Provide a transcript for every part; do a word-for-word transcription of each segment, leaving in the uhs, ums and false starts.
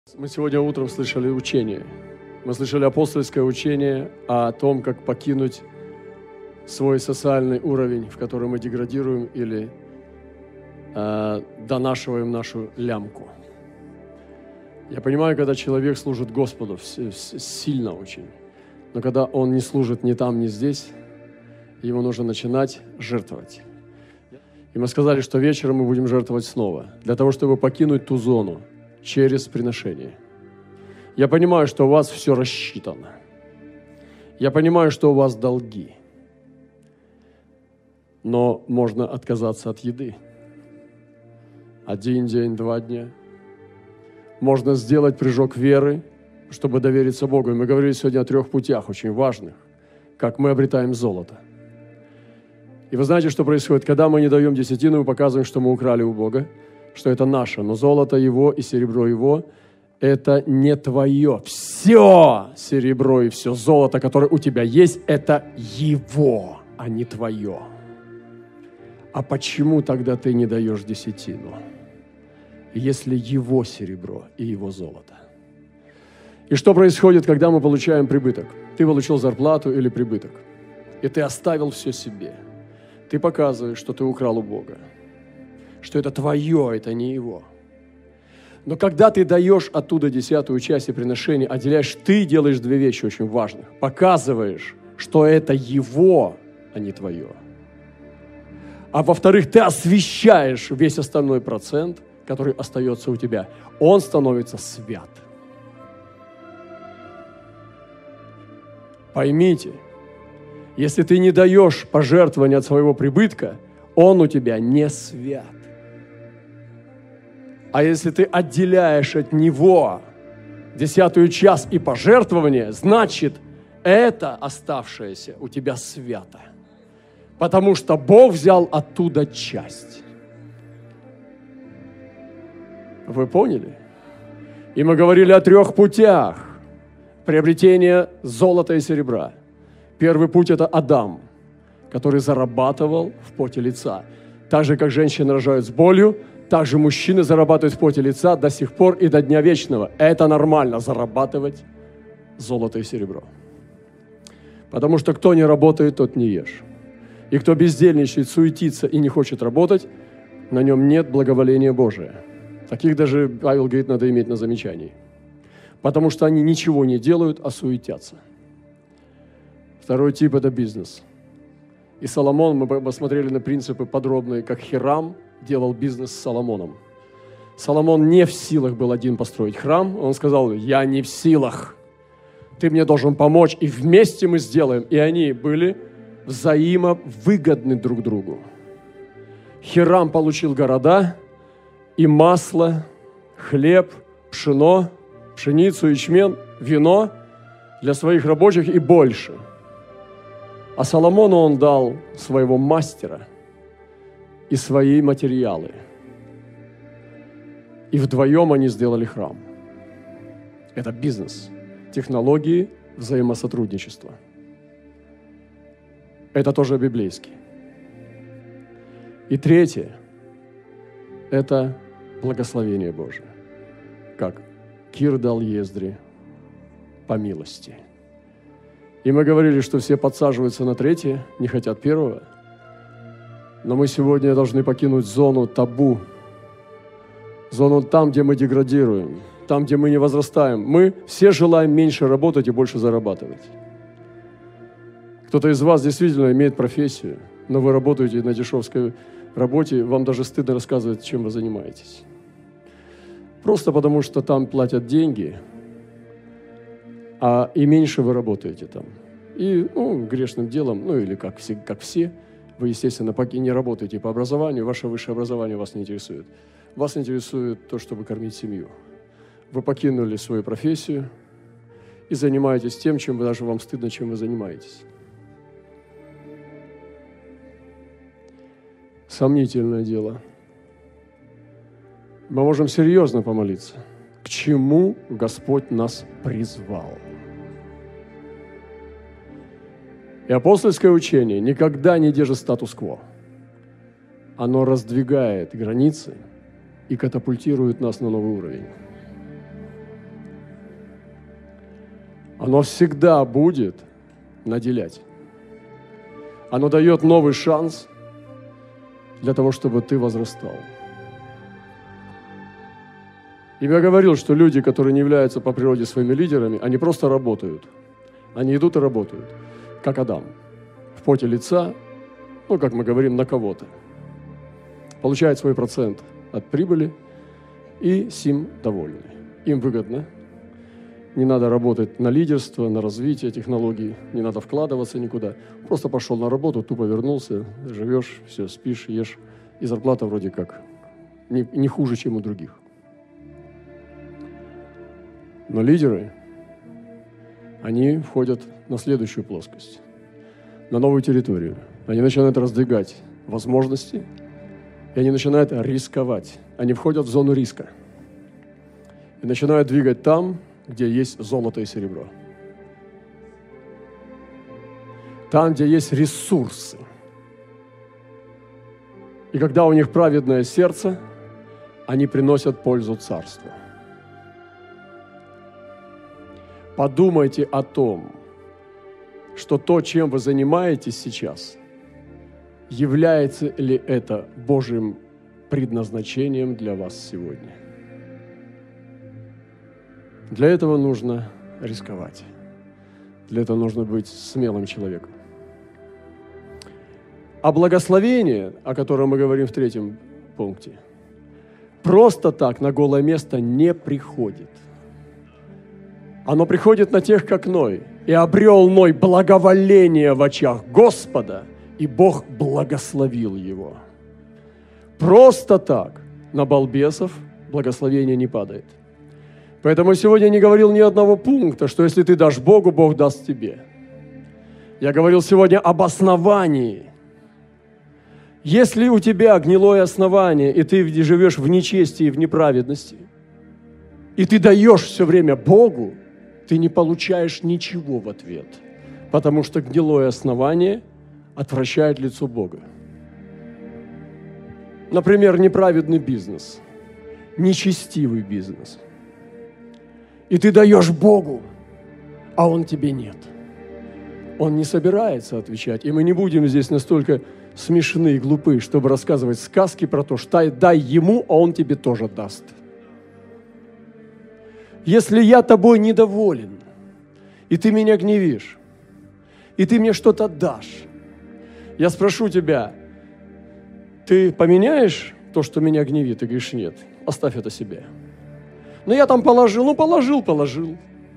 Мы сегодня утром слышали учение. Мы слышали апостольское учение о том, как покинуть свой социальный уровень, в который мы деградируем или э, донашиваем нашу лямку. Я понимаю, когда человек служит Господу, сильно очень. Но когда он не служит ни там, ни здесь, ему нужно начинать жертвовать. И мы сказали, что вечером мы будем жертвовать снова, для того, чтобы покинуть ту зону через приношение. Я понимаю, что у вас все рассчитано. Я понимаю, что у вас долги. Но можно отказаться от еды. Один день, два дня. Можно сделать прыжок веры, чтобы довериться Богу. И мы говорили сегодня о трех путях, очень важных, как мы обретаем золото. И вы знаете, что происходит? Когда мы не даем десятину, мы показываем, что мы украли у Бога, что это наше, но золото Его и серебро Его – это не твое. Все серебро и все золото, которое у тебя есть, это Его, а не твое. А почему тогда ты не даешь десятину, если Его серебро и Его золото? И что происходит, когда мы получаем прибыток? Ты получил зарплату или прибыток, и ты оставил все себе. Ты показываешь, что ты украл у Бога, что это твое, это не Его. Но когда ты даешь оттуда десятую часть и приношение, отделяешь, ты делаешь две вещи очень важных. Показываешь, что это Его, а не твое. А во-вторых, ты освящаешь весь остальной процент, который остается у тебя. Он становится свят. Поймите, если ты не даешь пожертвования от своего прибытка, он у тебя не свят. А если ты отделяешь от него десятую часть и пожертвование, значит, это оставшееся у тебя свято. Потому что Бог взял оттуда часть. Вы поняли? И мы говорили о трех путях приобретения золота и серебра. Первый путь – это Адам, который зарабатывал в поте лица. Так же, как женщины рожают с болью, так же мужчины зарабатывают в поте лица до сих пор и до дня вечного. Это нормально – зарабатывать золото и серебро. Потому что кто не работает, тот не ешь. И кто бездельничает, суетится и не хочет работать, на нем нет благоволения Божия. Таких даже, Павел говорит, надо иметь на замечании. Потому что они ничего не делают, а суетятся. Второй тип – это бизнес. И Соломон, мы посмотрели на принципы подробные, как Хирам делал бизнес с Соломоном. Соломон не в силах был один построить храм. Он сказал: я не в силах. Ты мне должен помочь, и вместе мы сделаем. И они были взаимовыгодны друг другу. Хирам получил города и масло, хлеб, пшено, пшеницу, ячмень, вино для своих рабочих и больше. А Соломону он дал своего мастера и свои материалы. И вдвоем они сделали храм. Это бизнес, технологии, взаимосотрудничество. Это тоже библейский. И третье – это благословение Божие. Как Кир дал Ездре по милости. И мы говорили, что все подсаживаются на третье, не хотят первого. Но мы сегодня должны покинуть зону табу. Зону там, где мы деградируем, там, где мы не возрастаем. Мы все желаем меньше работать и больше зарабатывать. Кто-то из вас действительно имеет профессию, но вы работаете на дешевской работе, вам даже стыдно рассказывать, чем вы занимаетесь. Просто потому, что там платят деньги, а и меньше вы работаете там. И ну, грешным делом, ну или как все, как все, вы, естественно, пока не работаете по образованию, ваше высшее образование вас не интересует. Вас интересует то, чтобы кормить семью. Вы покинули свою профессию и занимаетесь тем, чем даже вам стыдно, чем вы занимаетесь. Сомнительное дело. Мы можем серьезно помолиться. К чему Господь нас призвал? И апостольское учение никогда не держит статус-кво. Оно раздвигает границы и катапультирует нас на новый уровень. оно всегда будет наделять. Оно дает новый шанс для того, чтобы ты возрастал. И я говорил, что люди, которые не являются по природе своими лидерами, они просто работают. Они идут и работают, как Адам, в поте лица, ну, как мы говорим, на кого-то. Получают свой процент от прибыли и сим довольны. Им выгодно. Не надо работать на лидерство, на развитие технологий, не надо вкладываться никуда. Просто пошел на работу, тупо вернулся, живешь, все, спишь, ешь. И зарплата вроде как не, не хуже, чем у других. Но лидеры, они входят на следующую плоскость, на новую территорию. Они начинают раздвигать возможности, и они начинают рисковать. Они входят в зону риска и начинают двигать там, где есть золото и серебро. Там, где есть ресурсы. И когда у них праведное сердце, они приносят пользу царству. Подумайте о том, что то, чем вы занимаетесь сейчас, является ли это Божьим предназначением для вас сегодня. Для этого нужно рисковать. Для этого нужно быть смелым человеком. А благословение, о котором мы говорим в третьем пункте, просто так на голое место не приходит. Оно приходит на тех, как Ной. «И обрел Ной благоволение в очах Господа, и Бог благословил его». Просто так на балбесов благословение не падает. Поэтому сегодня я не говорил ни одного пункта, что если ты дашь Богу, Бог даст тебе. Я говорил сегодня об основании. Если у тебя гнилое основание, и ты живешь в нечестии и в неправедности, и ты даешь все время Богу, ты не получаешь ничего в ответ, потому что гнилое основание отвращает лицо Бога. Например, неправедный бизнес, нечестивый бизнес. И ты даешь Богу, а Он тебе нет. Он не собирается отвечать. И мы не будем здесь настолько смешны и глупы, чтобы рассказывать сказки про то, что дай Ему, а Он тебе тоже даст. Если я тобой недоволен, и ты меня гневишь, и ты мне что-то дашь, я спрошу тебя, ты поменяешь то, что меня гневит? Ты говоришь, нет, оставь это себе. Но я там положил, ну положил, положил.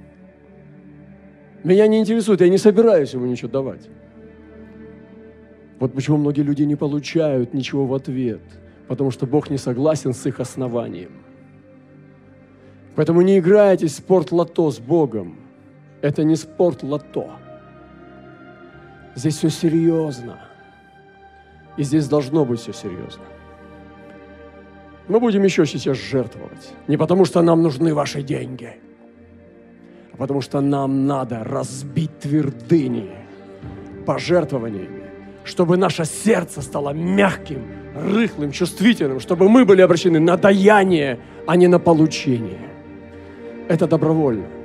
Меня не интересует, я не собираюсь ему ничего давать. Вот почему многие люди не получают ничего в ответ, потому что Бог не согласен с их основанием. Поэтому не играйте в спорт-лото с Богом. Это не спорт-лото. Здесь все серьезно. И здесь должно быть все серьезно. Мы будем еще сейчас жертвовать. Не потому, что нам нужны ваши деньги, а потому, что нам надо разбить твердыни пожертвованиями, чтобы наше сердце стало мягким, рыхлым, чувствительным, чтобы мы были обращены на даяние, а не на получение. Это добровольно.